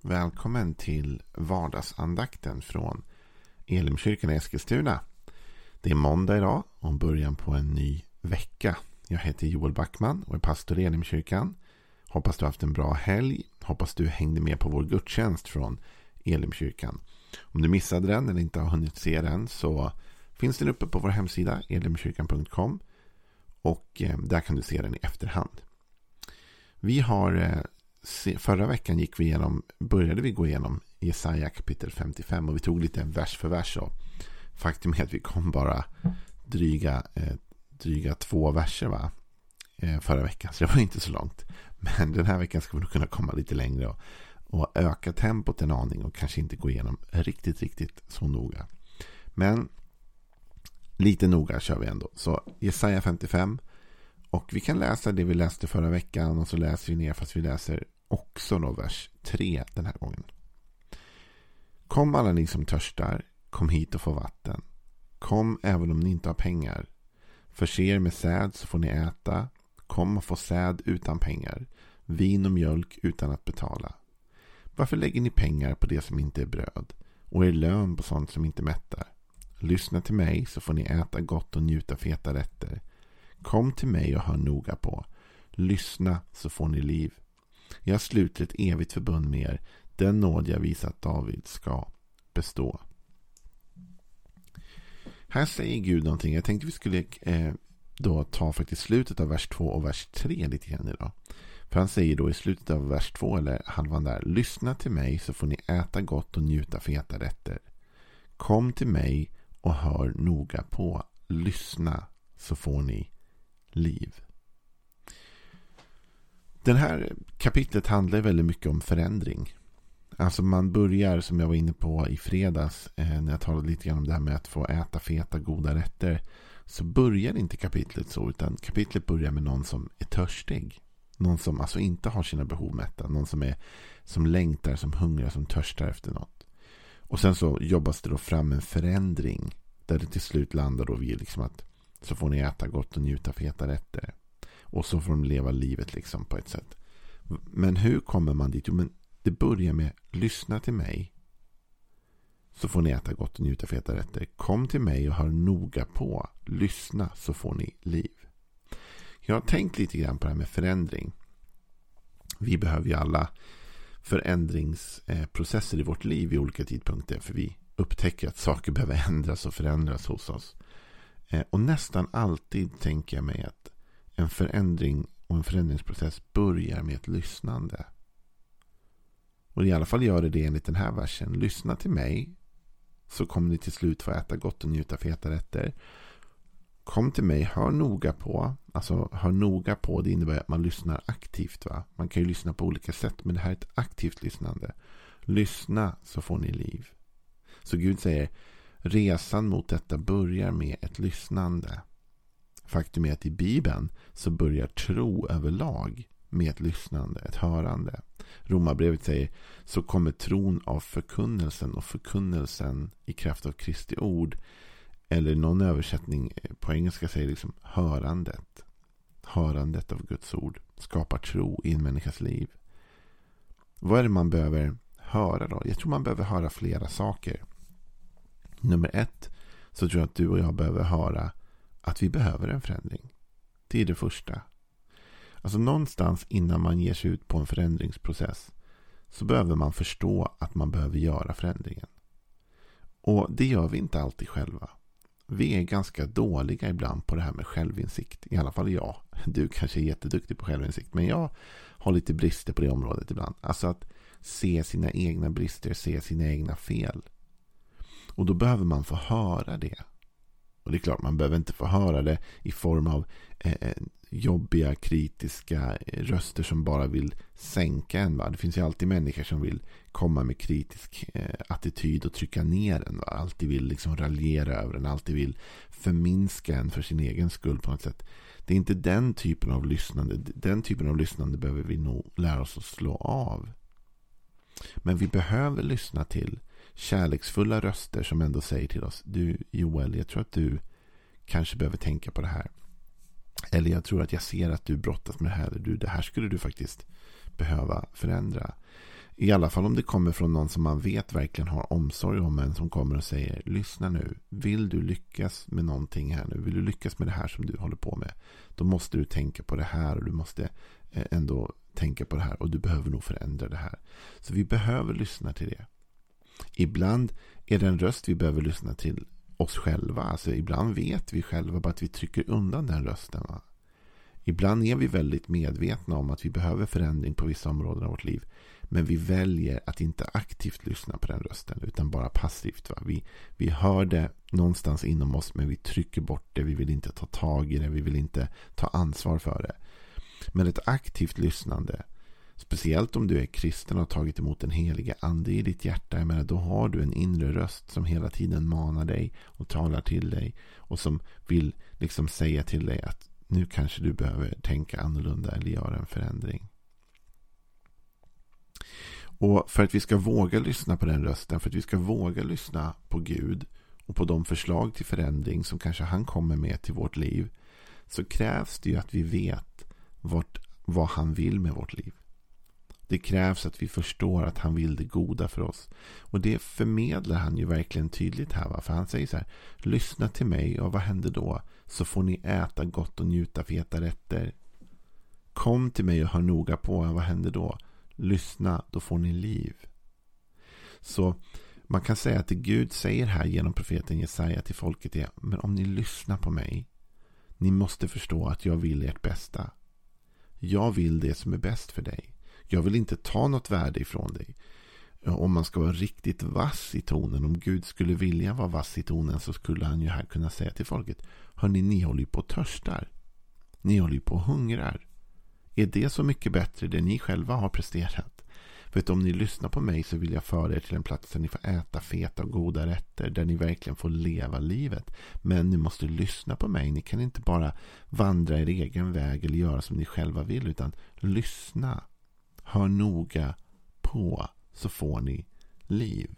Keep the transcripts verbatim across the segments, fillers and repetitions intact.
Välkommen till vardagsandakten från Elimkyrkan i Eskilstuna. Det är måndag idag och början på en ny vecka. Jag heter Joel Backman och är pastor i Elimkyrkan. Hoppas du har haft en bra helg. Hoppas du hängde med på vår gudstjänst från Elimkyrkan. Om du missade den eller inte har hunnit se den så finns den uppe på vår hemsida elimkyrkan punkt com och där kan du se den i efterhand. Vi har Förra veckan gick vi igenom, började vi gå igenom Jesaja kapitel femtiofem och vi tog lite vers för vers. Och faktum är att vi kom bara dryga, eh, dryga två verser va? Eh, förra veckan, så det var inte så långt. Men den här veckan ska vi nog kunna komma lite längre och, och öka tempot en aning och kanske inte gå igenom riktigt, riktigt så noga. Men lite noga kör vi ändå. Så Jesaja femtiofem, och vi kan läsa det vi läste förra veckan och så läser vi ner fast vi läser också då vers tre den här gången. Kom alla ni som törstar, kom hit och få vatten. Kom även om ni inte har pengar. Förse er med säd så får ni äta. Kom och få säd utan pengar. Vin och mjölk utan att betala. Varför lägger ni pengar på det som inte är bröd och er lön på sånt som inte mättar? Lyssna till mig så får ni äta gott och njuta feta rätter. Kom till mig och hör noga på. Lyssna så får ni liv. Jag sluter ett evigt förbund med er. Den nåd jag visat David ska bestå. Här säger Gud någonting. Jag tänkte vi skulle eh, då ta faktiskt slutet av vers två och vers tre lite grann idag. För han säger då i slutet av vers två eller halvan där. Lyssna till mig så får ni äta gott och njuta feta rätter. Kom till mig och hör noga på. Lyssna så får ni liv. Den här kapitlet handlar väldigt mycket om förändring. Alltså man börjar, som jag var inne på i fredags eh, när jag talade lite grann om det här med att få äta feta goda rätter, så börjar inte kapitlet så, utan kapitlet börjar med någon som är törstig. Någon som alltså inte har sina behov mätta. Någon som är som längtar, som hungrar, som törstar efter något. Och sen så jobbas det då fram en förändring där det till slut landar då vid liksom att så får ni äta gott och njuta feta rätter. Och så får de leva livet liksom på ett sätt. Men hur kommer man dit? Jo, men det börjar med lyssna till mig. Så får ni äta gott och njuta feta rätter. Kom till mig och hör noga på. Lyssna så får ni liv. Jag har tänkt lite grann på det här med förändring. Vi behöver ju alla förändringsprocesser i vårt liv i olika tidpunkter. För vi upptäcker att saker behöver ändras och förändras hos oss. Och nästan alltid tänker jag mig att en förändring och en förändringsprocess börjar med ett lyssnande. Och i alla fall gör det det enligt den här versen. Lyssna till mig så kommer ni till slut få äta gott och njuta feta rätter. Kom till mig, hör noga på. Alltså hör noga på, det innebär att man lyssnar aktivt va. Man kan ju lyssna på olika sätt, men det här är ett aktivt lyssnande. Lyssna så får ni liv. Så Gud säger, resan mot detta börjar med ett lyssnande. Faktum är att i Bibeln så börjar tro överlag med ett lyssnande, ett hörande. Romarbrevet säger, så kommer tron av förkunnelsen och förkunnelsen i kraft av Kristi ord. Eller någon översättning på engelska säger liksom hörandet. Hörandet av Guds ord skapar tro i en människas liv. Vad är det man behöver höra då? Jag tror man behöver höra flera saker. Nummer ett, så tror jag att du och jag behöver höra att vi behöver en förändring. Det är det första. Alltså någonstans innan man ger sig ut på en förändringsprocess så behöver man förstå att man behöver göra förändringen. Och det gör vi inte alltid själva. Vi är ganska dåliga ibland på det här med självinsikt. I alla fall jag. Du kanske är jätteduktig på självinsikt, men jag har lite brister på det området ibland. Alltså att se sina egna brister, se sina egna fel. Och då behöver man få höra det. Och det är klart, man behöver inte få höra det i form av eh, jobbiga, kritiska röster som bara vill sänka en. Va? Det finns ju alltid människor som vill komma med kritisk eh, attityd och trycka ner en. Va? Alltid vill liksom raljera över en, alltid vill förminska en för sin egen skull på något sätt. Det är inte den typen av lyssnande. Den typen av lyssnande behöver vi nog lära oss att slå av. Men vi behöver lyssna till kärleksfulla röster som ändå säger till oss, du Joel, jag tror att du kanske behöver tänka på det här. Eller jag tror att jag ser att du brottas med det här. Eller du, det här skulle du faktiskt behöva förändra. I alla fall om det kommer från någon som man vet verkligen har omsorg om en, som kommer och säger: lyssna nu, vill du lyckas med någonting här nu, vill du lyckas med det här som du håller på med, då måste du tänka på det här och du måste ändå tänka på det här och du behöver nog förändra det här. Så vi behöver lyssna till det. Ibland är det en röst vi behöver lyssna till oss själva. Alltså ibland vet vi själva bara att vi trycker undan den rösten. Va? Ibland är vi väldigt medvetna om att vi behöver förändring på vissa områden av vårt liv. Men vi väljer att inte aktivt lyssna på den rösten utan bara passivt. Va? Vi, vi hör det någonstans inom oss men vi trycker bort det. Vi vill inte ta tag i det. Vi vill inte ta ansvar för det. Men ett aktivt lyssnande, speciellt om du är kristen och har tagit emot den heliga ande i ditt hjärta, jag menar, då har du en inre röst som hela tiden manar dig och talar till dig och som vill liksom säga till dig att nu kanske du behöver tänka annorlunda eller göra en förändring. Och för att vi ska våga lyssna på den rösten, för att vi ska våga lyssna på Gud och på de förslag till förändring som kanske han kommer med till vårt liv, så krävs det ju att vi vet vart, vad han vill med vårt liv. Det krävs att vi förstår att han vill det goda för oss. Och det förmedlar han ju verkligen tydligt här. Va? För han säger så här: lyssna till mig, och vad händer då? Så får ni äta gott och njuta feta rätter. Kom till mig och hör noga på, och vad händer då? Lyssna, då får ni liv. Så man kan säga att det Gud säger här genom profeten Jesaja till folket är: men om ni lyssnar på mig, ni måste förstå att jag vill ert bästa. Jag vill det som är bäst för dig. Jag vill inte ta något värde ifrån dig. Om man ska vara riktigt vass i tonen, om Gud skulle vilja vara vass i tonen, så skulle han ju här kunna säga till folket: hörni, ni håller ju på och törstar. Ni håller ju på och hungrar. Är det så mycket bättre det ni själva har presterat? För att om ni lyssnar på mig så vill jag föra er till en plats där ni får äta feta och goda rätter, där ni verkligen får leva livet. Men ni måste lyssna på mig. Ni kan inte bara vandra er egen väg eller göra som ni själva vill, utan lyssna. Hör noga på, så får ni liv.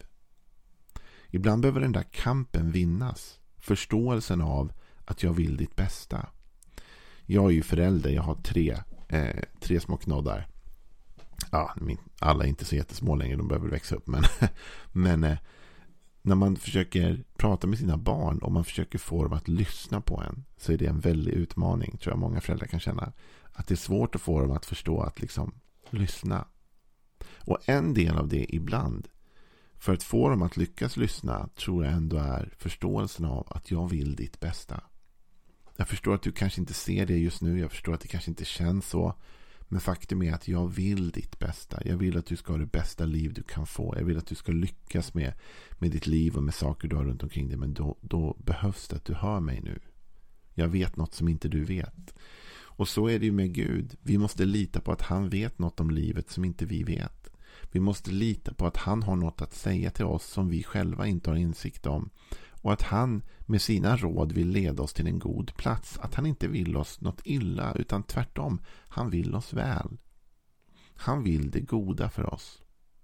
Ibland behöver den där kampen vinnas. Förståelsen av att jag vill ditt bästa. Jag är ju förälder, jag har tre, eh, tre små knoddar. Ja, alla är inte så jättesmå längre, de behöver växa upp. Men, men eh, när man försöker prata med sina barn och man försöker få dem att lyssna på en, så är det en väldig utmaning, tror jag många föräldrar kan känna. Att det är svårt att få dem att förstå att liksom lyssna. Och en del av det ibland, för att få dem att lyckas lyssna, tror jag ändå är förståelsen av att jag vill ditt bästa. Jag förstår att du kanske inte ser det just nu, jag förstår att det kanske inte känns så, men faktum är att jag vill ditt bästa. Jag vill att du ska ha det bästa liv du kan få. Jag vill att du ska lyckas med, med ditt liv och med saker du har runt omkring dig, men då, då behövs det att du hör mig nu. Jag vet något som inte du vet. Och så är det ju med Gud. Vi måste lita på att han vet något om livet som inte vi vet. Vi måste lita på att han har något att säga till oss som vi själva inte har insikt om. Och att han med sina råd vill leda oss till en god plats. Att han inte vill oss något illa, utan tvärtom. Han vill oss väl. Han vill det goda för oss.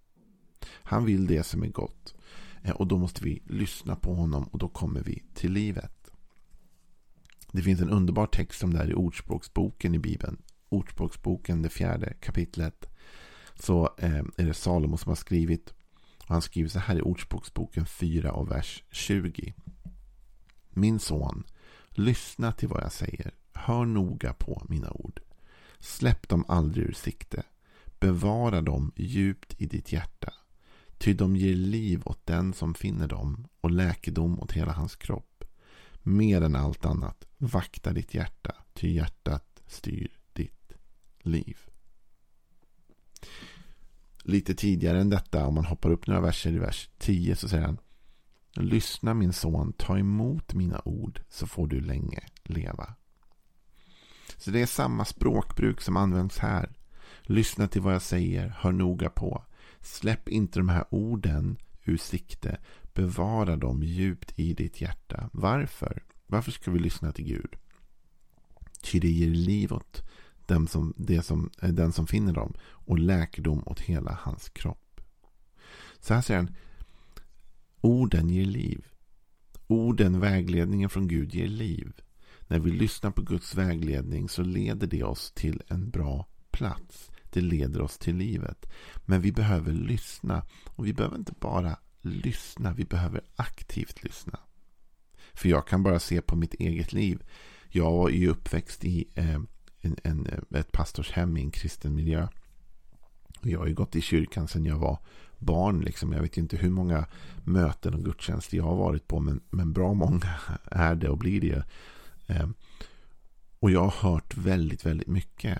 Han vill det som är gott. Och då måste vi lyssna på honom, och då kommer vi till livet. Det finns en underbar text om det här i Ordspråksboken i Bibeln. Ordspråksboken, det fjärde kapitlet. Så eh, är det Salomo som har skrivit. Och han skriver så här i Ordspråksboken fyra och vers tjugo. Min son, lyssna till vad jag säger. Hör noga på mina ord. Släpp dem aldrig ur sikte. Bevara dem djupt i ditt hjärta. Ty de ger liv åt den som finner dem och läkedom åt hela hans kropp. Mer än allt annat, vakta ditt hjärta, ty hjärtat styr ditt liv. Lite tidigare än detta, om man hoppar upp några verser i vers tio, så säger han: lyssna min son, ta emot mina ord, så får du länge leva. Så det är samma språkbruk som används här. Lyssna till vad jag säger, hör noga på. Släpp inte de här orden ur sikte. Bevara dem djupt i ditt hjärta. Varför? Varför ska vi lyssna till Gud? Ty det ger liv åt dem som, det som, den som finner dem, och läkedom åt hela hans kropp. Så här säger han: orden ger liv. Orden, vägledningen från Gud, ger liv. När vi lyssnar på Guds vägledning så leder det oss till en bra plats. det leder oss till livet. Men vi behöver lyssna. Och vi behöver inte bara lyssna, vi behöver aktivt lyssna. För jag kan bara se på mitt eget liv. Jag är ju uppväxt i eh, en, en, ett pastorshem i en kristen miljö. Och jag har ju gått i kyrkan sedan jag var barn. Liksom. Jag vet inte hur många möten och gudstjänster jag har varit på. Men, men bra många är det och blir det. Eh, och jag har hört väldigt, väldigt mycket.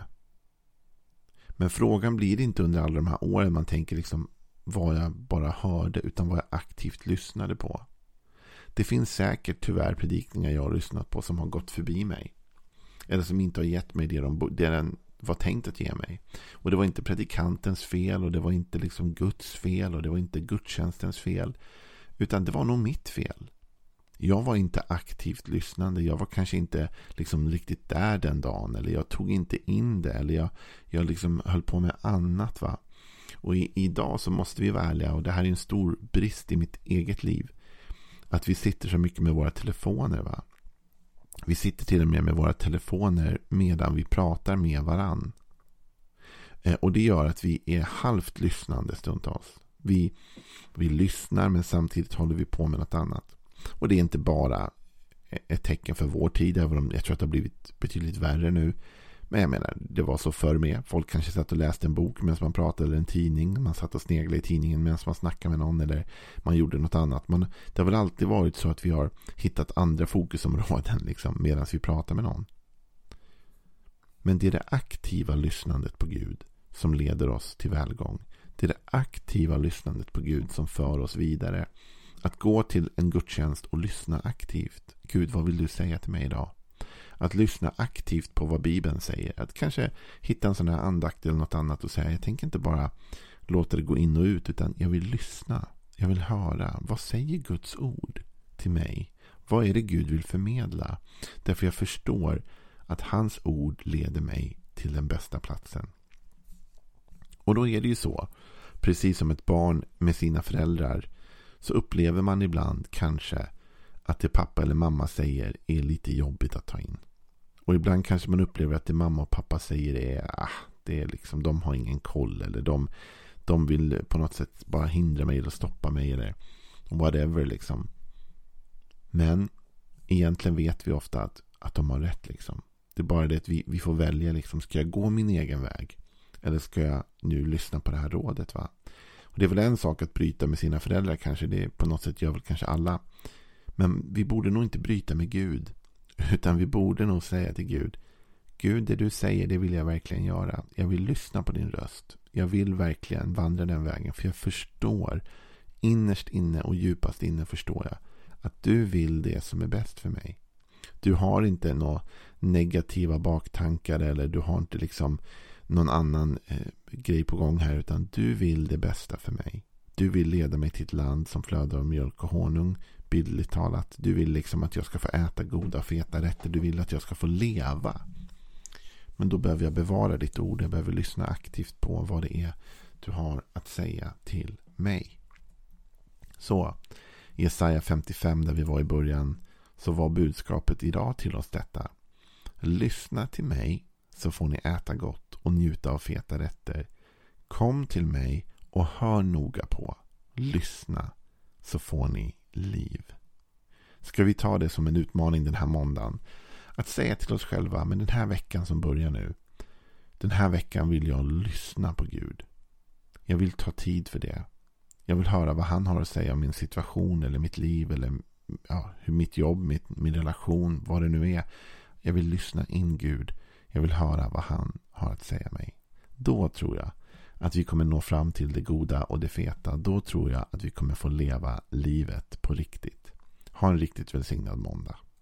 Men frågan blir inte under alla de här åren man tänker liksom vad jag bara hörde utan vad jag aktivt lyssnade på. Det finns säkert tyvärr predikningar jag har lyssnat på som har gått förbi mig. Eller som inte har gett mig det, de, det den var tänkt att ge mig. Och det var inte predikantens fel och det var inte liksom Guds fel och det var inte gudstjänstens fel. Utan det var nog mitt fel. Jag var inte aktivt lyssnande. Jag var kanske inte liksom riktigt där den dagen. Eller jag tog inte in det. Eller jag, jag liksom höll på med annat va. Och i, idag så måste vi vara ärliga. Och det här är en stor brist i mitt eget liv. Att vi sitter så mycket med våra telefoner va. Vi sitter till och med med våra telefoner medan vi pratar med varann. Eh, och det gör att vi är halvt lyssnande stundtals. Vi, vi lyssnar men samtidigt håller vi på med något annat. Och det är inte bara ett tecken för vår tid, även om jag tror att det har blivit betydligt värre nu. Men jag menar, det var så förr med. Folk kanske satt och läste en bok medan man pratade eller en tidning. Man satt och sneglade i tidningen medan man snackade med någon eller man gjorde något annat. Man, det har väl alltid varit så att vi har hittat andra fokusområden liksom, medan vi pratar med någon. Men det är det aktiva lyssnandet på Gud som leder oss till välgång. Det är det aktiva lyssnandet på Gud som för oss vidare. Att gå till en gudstjänst och lyssna aktivt. Gud, vad vill du säga till mig idag? Att lyssna aktivt på vad Bibeln säger. Att kanske hitta en sån här andakt eller något annat och säga, jag tänker inte bara låta det gå in och ut, utan jag vill lyssna. Jag vill höra. Vad säger Guds ord till mig? Vad är det Gud vill förmedla? Därför jag förstår att hans ord leder mig till den bästa platsen. Och då är det ju så, precis som ett barn med sina föräldrar, så upplever man ibland kanske att det pappa eller mamma säger är lite jobbigt att ta in. Och ibland kanske man upplever att det mamma och pappa säger är, ah, det är liksom, de har ingen koll eller de, de vill på något sätt bara hindra mig eller stoppa mig eller whatever liksom. Men egentligen vet vi ofta att, att de har rätt liksom. Det är bara det att vi, vi får välja liksom, ska jag gå min egen väg eller ska jag nu lyssna på det här rådet va? Och det är väl en sak att bryta med sina föräldrar kanske, det på något sätt gör väl kanske alla. Men vi borde nog inte bryta med Gud, utan vi borde nog säga till Gud, Gud, det du säger, det vill jag verkligen göra. Jag vill lyssna på din röst. Jag vill verkligen vandra den vägen, för jag förstår, innerst inne och djupast inne förstår jag att du vill det som är bäst för mig. Du har inte några negativa baktankar eller du har inte liksom någon annan eh, grej på gång här, utan du vill det bästa för mig. Du vill leda mig till ett land som flödar av mjölk och honung, bildligt talat. Du vill liksom att jag ska få äta goda feta rätter. Du vill att jag ska få leva. Men då behöver jag bevara ditt ord. Jag behöver lyssna aktivt på vad det är du har att säga till mig. Så, i Jesaja femtiofem där vi var i början, så var budskapet idag till oss detta. Lyssna till mig så får ni äta gott och njuta av feta rätter. Kom till mig och hör noga på. Lyssna så får ni liv. Ska vi ta det som en utmaning den här måndagen? Att säga till oss själva, men den här veckan som börjar nu, den här veckan vill jag lyssna på Gud. Jag vill ta tid för det. Jag vill höra vad han har att säga om min situation eller mitt liv eller ja, hur mitt jobb, mitt, min relation, vad det nu är. Jag vill lyssna in Gud. Jag vill höra vad han har att säga mig. Då tror jag att vi kommer nå fram till det goda och det feta. Då tror jag att vi kommer få leva livet på riktigt. Ha en riktigt välsignad måndag.